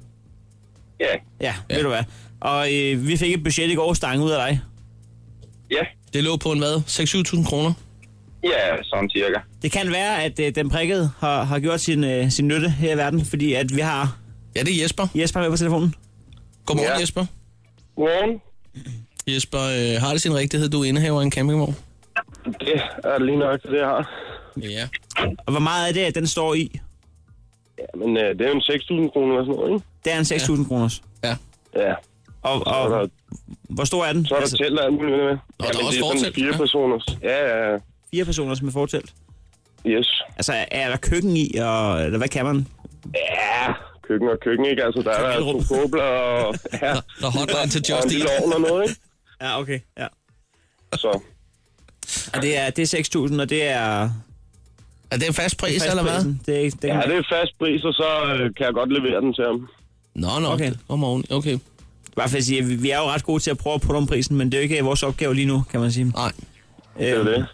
Ja, ved du hvad. Og vi fik et budget i går stange ud af dig. Ja. Det lå på en hvad? 6-7.000 kroner? Ja, sådan cirka. Det kan være, at den prikkede har gjort sin nytte her i verden, fordi at vi har... Ja, det er Jesper. Jesper med på telefonen. Godmorgen, Jesper. Godmorgen. Jesper, har det sin rigtighed, du er indehaver af en campingvogn? Det er lige nok til det, jeg har. Ja. Og hvor meget er det, at den står i? Ja, men det er jo en 6.000 kroner eller sådan noget, ikke? Det er en 6.000 kroners. Ja. Ja. Og hvor stor er den? Så er der telt og alt muligt med. Og der er også fortelt. 4 personers. Ja. 4 personers med fortelt? Yes. Altså, er der køkken i, eller hvad kan man? Ja, køkken, ikke? Altså, der er 2 kobler og... Ja, der er hotline til Just Eat. Og en lille ovn og noget, ikke? Ja, okay, ja. Så. Og det er 6.000, og det er... Er det en fast pris, eller hvad? Det er fast pris, og så kan jeg godt levere den til ham. Nå, okay. Okay. Bare for at sige, at vi er jo ret gode til at prøve at putte om prisen, men det er jo ikke vores opgave lige nu, kan man sige. Nej. Det er det.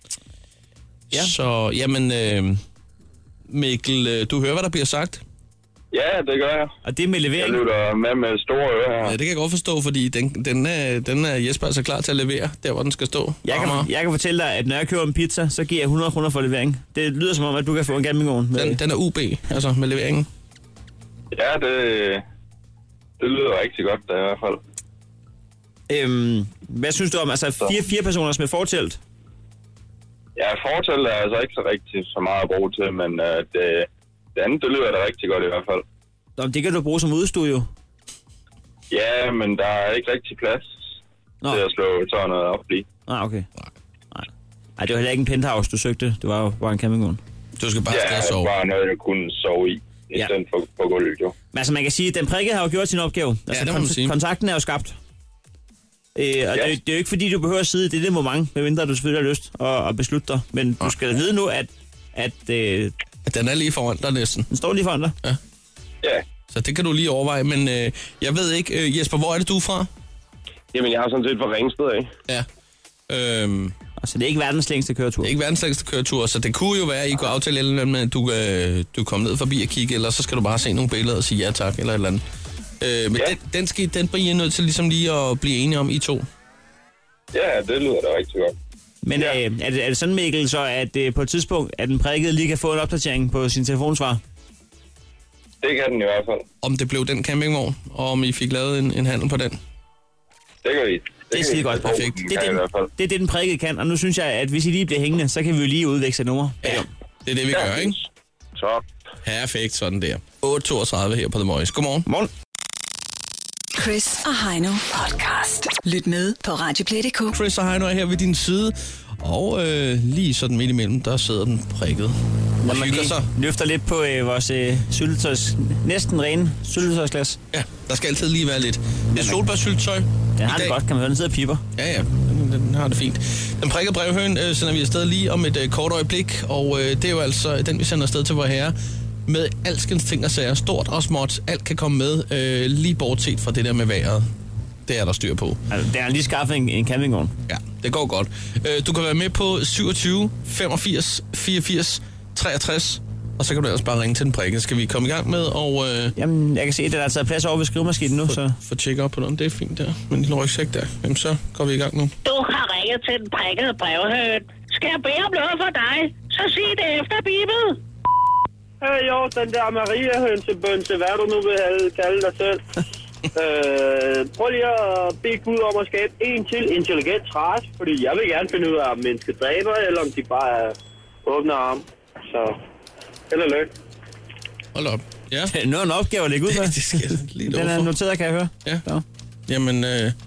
Ja. Så, jamen, Mikkel, du hører, hvad der bliver sagt? Ja, det gør jeg. Og det er med levering? Jeg lytter med store ører her. Ja, det kan jeg godt forstå, fordi den er Jesper altså klar til at levere, der hvor den skal stå. Jeg kan fortælle dig, at når jeg køber en pizza, så giver jeg 100 kroner for levering. Det lyder som om, at du kan få en campingvogn. Den er UB, altså med leveringen? Ja, det lyder rigtig godt, da, i hvert fald. Hvad synes du om, altså 4 personers med fortelt? Ja, fortelt er altså ikke så rigtig så meget at bruge til, men det andet, det lyder da rigtig godt i hvert fald. Nå, det kan du bruge som udstue jo. Ja, men der er ikke rigtig plads. til at slå sådan noget op lige. Okay. Nej, det var heller ikke en penthouse, du søgte. Det var jo bare en campingvogn. Du skal bare stå og sove. Ja, bare noget, jeg kunne sove i stedet for på gulvet, jo. Men altså, man kan sige, at den prikkede har jo gjort sin opgave. Altså, det må man sige. Kontakten er jo skabt. Og det er jo ikke fordi, du behøver at sidde i det moment, medmindre du selvfølgelig har lyst at beslutte dig. Men du skal vide nu, at den er lige foran dig næsten. Den står lige foran dig. Ja. Så det kan du lige overveje. Men jeg ved ikke, Jesper, hvor er det, du er fra? Jamen, jeg har sådan set fra Ringsted af. Ja. Altså, det er ikke verdens længste køretur. Det er ikke verdens længste køretur, så det kunne jo være, at I kunne aftale et eller andet med, at du kommer ned forbi og kigge, eller så skal du bare se nogle billeder og sige ja tak, eller et eller andet. Men den bliver I nødt til ligesom lige at blive enige om, I to. Ja, det lyder da rigtig godt. Men er det sådan, Mikkel, så at på et tidspunkt, at den prikkede lige kan få en opdatering på sin telefonsvar? Det kan den i hvert fald. Om det blev den campingvogn, og om I fik lavet en handel på den? Det kan vi. Det er skide godt. Perfekt. Det er det, den prikkede kan, og nu synes jeg, at hvis I lige bliver hængende, så kan vi jo lige udveksle nummer. Ja, det er det, vi gør, ikke? Så. Perfekt, sådan der. 8.32 her på The Voice. Godmorgen. Morgen. Chris og Heino podcast. Lyt med på Radioplay.dk. Chris og Heino er her ved din side, og lige sådan midt imellem, der sidder den prikket. Når man lige løfter lidt på vores næsten rene syltetøjsglas. Ja, der skal altid lige være lidt. Det er solbærsyltetøj. Den har det godt, kan man høre. Den sidder og piper. Ja, den har det fint. Den prikkede brevhøen sender vi afsted lige om et kort øjeblik, og det er jo altså den, vi sender afsted til Vorherre. Med alskens ting og sager, stort og småt, alt kan komme med, lige bortset fra det der med vejret. Det er der styr på. Altså, der er lige skaffet en campingvogn. Ja, det går godt. Du kan være med på 27 85 84 63, og så kan du ellers bare ringe til den prikke. Skal vi komme i gang med? Og, Jamen, jeg kan se, at der er taget plads over ved skrivemaskinen nu, så... For tjekke op på den, det er fint der. Men en lille rygsæk der. Jamen, så går vi i gang nu. Du har ringet til den prikkede brevhøn. Skal jeg bede om noget for dig? Så sig det efter, Bibel. Jo, den der Maria-hønsebønse, hvad du nu vil kalde dig selv. Prøv lige at bede Gud om at skabe en til intelligent ras, fordi jeg vil gerne finde ud af, om mennesker dræber, eller om de bare er åbne arm. Så, held og lykke. Hold op. Ja. Nu er en opgave at lægge ud med. Det skal lige den er noteret, kan jeg høre. Ja. Så. Jamen,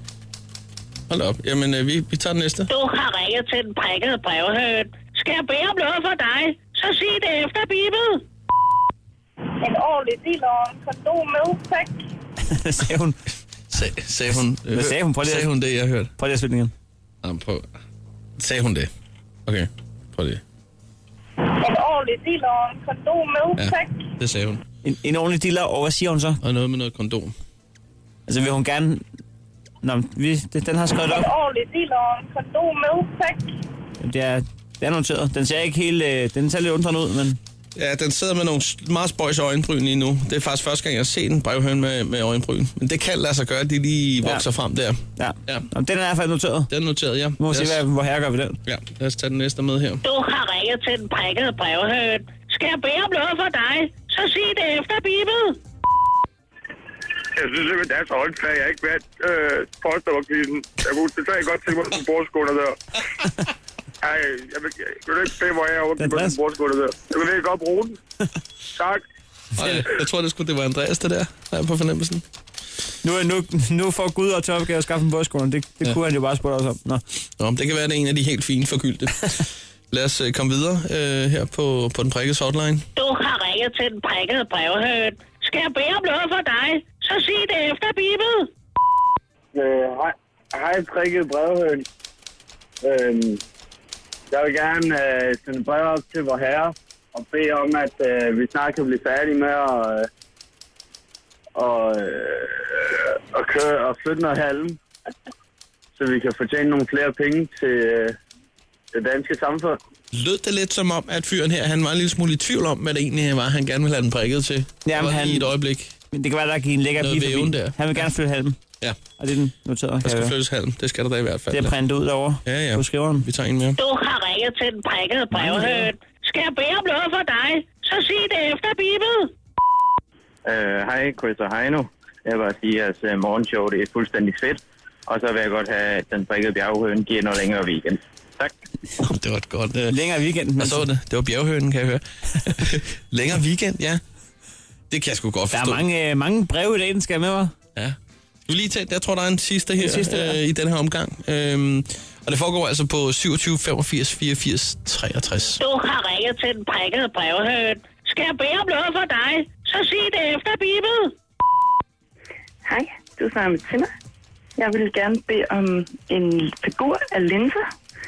hold op. Jamen, vi tager den næste. Du har ringet til den prikkede brevhøn. Skal jeg bede om noget for dig? Så sig det efter, Bibel. En ordentlig dil og en kondom med, tak. Sagde hun. Sagde hun. Hvad sagde hun? Sagde hun det, jeg hørte? Prøv lige at spille den igen. Sagde hun det? Okay, prøv lige. En ordentlig dil og en kondom med, tak. Det sagde hun. En ordentlig diller, og hvad siger hun så? Og noget med noget kondom. Altså vil hun gerne... Nå, den har skrevet op. En ordentlig dil og en kondom med, tak. Det er noteret. Den ser ikke helt... den ser lidt undrende ud, men... Ja, den sidder med nogle meget spøjs øjenbryn lige nu. Det er faktisk første gang, jeg har set en brevhøn med øjenbryn. Men det kan lade sig gøre, at de lige vokser frem der. Ja. Jamen, den er i hvert fald noteret. Den er noteret, ja. Må se, hvor her gør vi den. Ja, lad os tage den næste med her. Du har ringet til den prikkede brevhøn. Skal jeg bede om noget for dig? Så sig det efter, Bibel. Jeg synes simpelthen, det er så håndklæder, jeg ikke vandt postdommerkvisten. Jeg kunne det godt tænke mig på bordskåner der. Ej, jeg vil ikke se, hvor jeg er over på den bordskåner der. Jeg vil ikke godt bruge den. Tak. Jeg tror, det var Andreas, det der på fornemmelsen. Nu får Gud og til opgave at skaffe en bordskåner. Det kunne han jo bare spørge os om. Nå, det kan være, det er en af de helt fine forgyldte. Lad os komme videre her på den prikkede hotline. Du har ringet til den prikkede brevhøn. Skal jeg bede om noget for dig? Så sig det efter, Bibel. Hej, prikket brevhøn. Jeg vil gerne sende brev op til Vorherre og bede om, at vi snart kan blive færdige med at køre og flytte noget halm, så vi kan fortjene nogle flere penge til det danske samfund. Lød det lidt som om, at fyren her, han var en lille smule i tvivl om, hvad det egentlig var, han gerne ville have den prikket til? Jamen, i et øjeblik. Men det kan være, der kan en lækker bil forbi. Der. Han vil gerne flytte halmen. Ja. Og det er den noteret. Der skal flyttes halm. Det skal der da i hvert fald. Det er printet ud derovre på skriveren. Vi tager en mere. Du har ringet til den prikkede brevhøn. Skal jeg bede om noget for dig? Så sig det efter, Bibel. Hej, Chris og Heino. Jeg vil bare sige, at morgenshow det er fuldstændig fedt. Og så vil jeg godt have, at den prikkede bjerghøn giver noget længere weekend. Tak. Det var et godt... Længere weekend. Hvad så det? Det var bjerghønen, kan jeg høre. Længere weekend, ja. Det kan jeg sgu godt forstå. Der er mange breve i dag, den skal med, hva'? Ja. Du lige tage, jeg tror, der er en sidste her i den her omgang. Og det foregår altså på 27 85 84 63. Du har ringet til den prikkede brevhøn. Skal jeg bede om noget for dig? Så sig det efter, Bibel. Hej, du snakker med Tina. Jeg vil gerne bede om en figur af linser.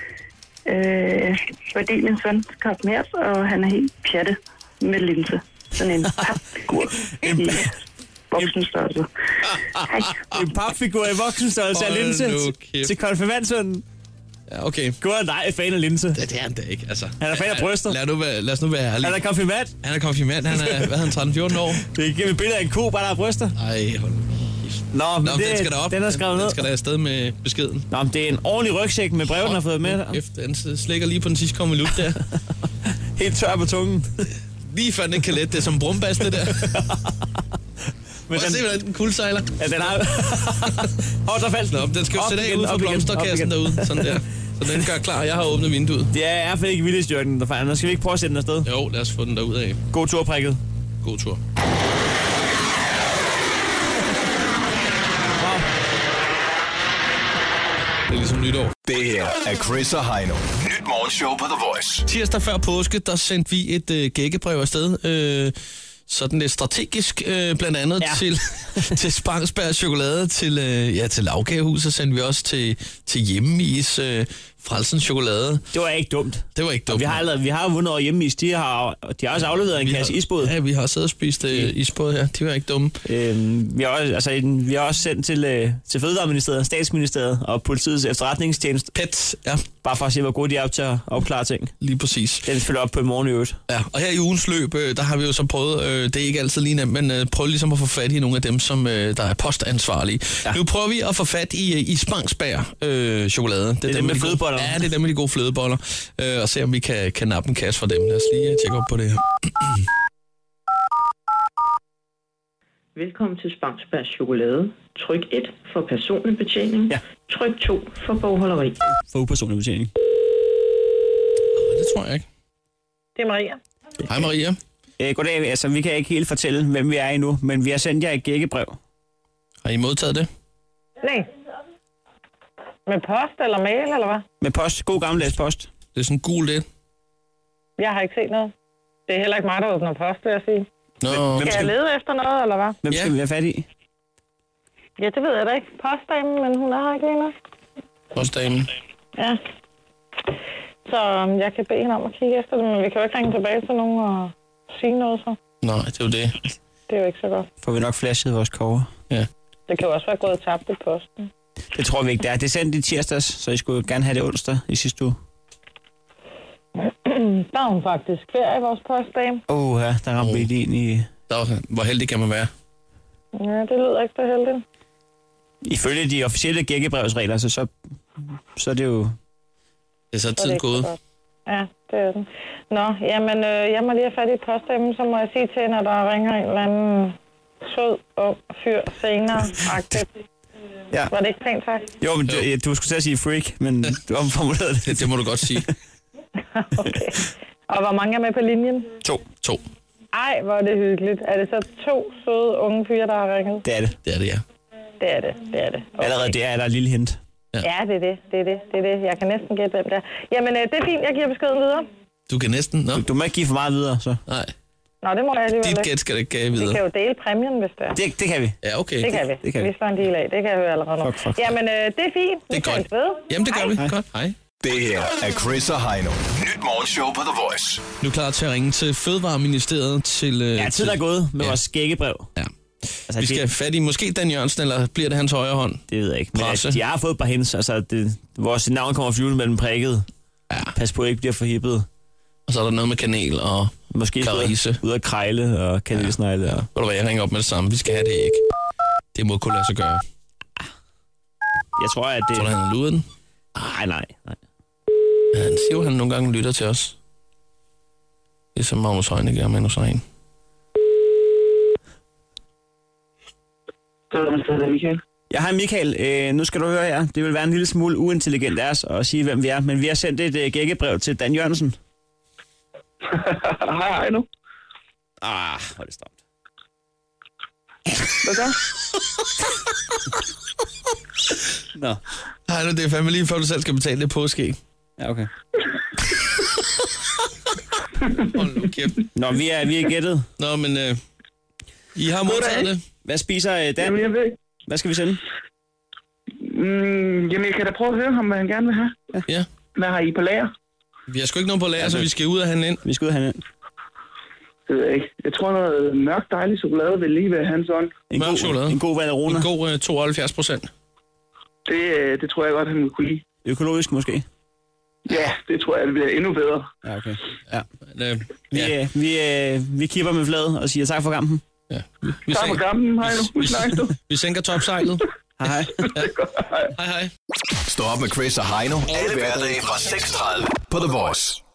Fordi min søn skal opmæres, og han er helt pjattet med linse. Sådan en papfigur i voksenstørrelse. Hej. En papfigur i voksenstørrelse af linse til konfirmandsønnen. Ja, okay. God er dig fan af linse. Det er han da ikke, altså. Han er fan af bryster. Lad os nu være ærlige. Han er konfirmand. Han er konfirmand. Han er, hvad er han, 13-14 år? Det er et billede af en ko, bare der har bryster. Ej, hold Nå, men den skal der op. Den er skrevet ned. Den skal der afsted med beskeden. Nå, men det er en ordentlig rygsæk med brev, den har fået med. Den slikker lige på den sidste konvolut der. Helt tør på tungen. Lige før den kan lette, det er som brumbas, det der. Men prøv at se, hvordan den kuldsejler. Ja, den har... der faldt den. Den skal jo sætte af ud fra blomsterkassen derude. Sådan der. Så den gør klar. Jeg har åbnet vinduet. Det er i hvert fald ikke viljestyrken, der fejler. Skal vi ikke prøve at sætte den afsted? Jo, lad os få den derud af. God tur, prikket. God tur. Det er ligesom nytår. Det her er Chris og Heino. Nyt morgenshow på The Voice. Tirsdag før påske, der sendte vi et gækkebrev afsted. Sådan lidt strategisk, blandt andet til Spangsberg Chokolade, til Lavkagehuset sendte vi også til Hjemmeis, Frelsens Chokolade. Det var ikke dumt. Det var ikke dumt. Vi har vundet over Hjemmeis. De har også afleveret en kasse isbåd. Ja, vi har siddet og spist isbåd her. De var ikke dumme. Vi har også sendt til Fødevareministeriet, Statsministeriet og Politiets Efterretningstjeneste. PET, ja. Bare for at se, hvor gode de er op til at opklare ting. Lige præcis. Den følger op på i morgen i øvrigt. Ja, og her i ugens løb, der har vi jo så prøvet, det er ikke altid lige nemt, men prøv ligesom at få fat i nogle af dem, som der er postansvarlige. Ja. Nu prøver vi at få fat i Spangsberg Chokolade. Det er dem med flødeboller. Ja, det er dem med de gode flødeboller. Og se om vi kan nappe en kasse fra dem. Lad os lige tjekke op på det her. Velkommen til Spangsberg Chokolade. Tryk 1 for personlig betjening. Ja. Tryk 2 for bogholderi. For upersonlig betjening. Det tror jeg ikke. Det er Maria. Hej Maria. Goddag. Altså, vi kan ikke helt fortælle, hvem vi er endnu, men vi har sendt jer et gækkebrev. Har I modtaget det? Nej. Med post eller mail, eller hvad? Med post. God gammeldags post. Det er sådan gul det. Jeg har ikke set noget. Det er heller ikke mig, der åbner post, vil jeg sige. Skal jeg lede efter noget, eller hvad? Hvem skal vi have fat i? Ja, det ved jeg da ikke. Postdamen, men hun er her ikke længere. Postdamen? Ja. Så jeg kan bede hende om at kigge efter det, men vi kan jo ikke ringe tilbage til nogen og sige noget så. Nej, det er jo det. Det er jo ikke så godt. Får vi nok flashet vores cover. Ja. Det kan jo også være gået tabt i posten. Det tror vi ikke, det er. Det er sendt i tirsdags, så I skulle gerne have det onsdag i sidste uge. Der er hun faktisk ferie i vores postdame. Ja, der ramte vi ind i... Hvor heldig kan man være? Ja, det lyder ikke så heldigt. Ifølge de officielle gækkebrevsregler, så er det jo... Det er så tiden gået. Ja, det er den. Nå, jamen, jeg må lige have fat i postdamen, så må jeg sige til, når der ringer en eller anden sød, ung fyr senere-agtigt. Ja. Var det ikke pænt sagt? Jo, men du skulle til at sige freak, men du omformulerede det. Det må du godt sige. Okay. Og hvor mange er med på linjen? 2. Ej, hvor er det hyggeligt. Er det så 2 søde unge fyre, der har ringet? Det er det. Det er det, ja. Det er det. Okay. Allerede det er der et lille hint. Ja, det er det. Jeg kan næsten gætte, hvem det er. Jamen, det er fint. Jeg giver beskeden videre. Du kan næsten, nå. Du må ikke give for meget videre, så. Nej. Nå, det må jeg alligevel. Dit gæt skal det ikke give videre. Vi kan jo dele præmien, hvis det er. Det kan vi. Ja, okay. Det kan vi. Vi slår en del af. Det kan jeg høre allerede nu. Jamen, det er fint. Det er godt. Jamen, det gør vi. Godt. Hej. Det her er Chris og Heino. Nyt morgenshow på The Voice. Nu er klar til at ringe til Fødevareministeriet til... Ja, tiden er gået med vores skæggebrev. Ja. Altså, vi skal have fat i måske Dan Jørgensen, eller bliver det hans højre hånd? Det ved jeg ikke. Men de har fået et par hints. Altså, vores navn kommer flyvende mellem prikket. Ja. Pas på, at ikke bliver forhippet. Og så er der noget med kanel og måske karise. Ud af krejle og kanelsnegle. Ja. Ved du hvad, jeg ringer op med det samme. Vi skal have det ikke. Det må kunne lade sig gøre. Jeg tror, at det... Tror du, han har luret den? Nej. Ja, han siger jo, han nogle gange lytter til os. Det er som Magnus Heunicke og Magnus Hein. Ja, hej Michael. Nu skal du høre her. Det vil være en lille smule uintelligent af os at sige, hvem vi er. Men vi har sendt et gækkebrev til Dan Jørgensen. Hej nu. Hold det stramt. Hvad så? Nå. Nej, det er fandme lige før du selv skal betale det påske. Ja, okay. Hold nu kæft. Nå, vi er gættet. Nå, men I har modtaget det. Hvad spiser Dan? Jamen, jeg ved. Hvad skal vi sende? Jamen, jeg kan da prøve at høre ham, hvad han gerne vil have. Ja. Hvad har I på lager? Vi har sgu ikke nogen på lager, så vi skal ud og handle ind. Vi skal ud og handle ind. Det ved jeg ikke. Jeg tror, noget mørk, dejlig chokolade vil lige være hans ånd. Mørk chokolade. En god Valderona. En god 72%. Det tror jeg godt, han vil kunne lide. Økologisk måske? Ja, det tror jeg, det bliver endnu bedre. Ja, okay. Ja. Vi kipper med fladet og siger tak for kampen. Ja. Tak for kampen, hej nu. Vi sænker topsejlet. Hej. Ja. Hej. Stå op med Chris og Heino. Alle hverdage fra 6:30 på The Voice.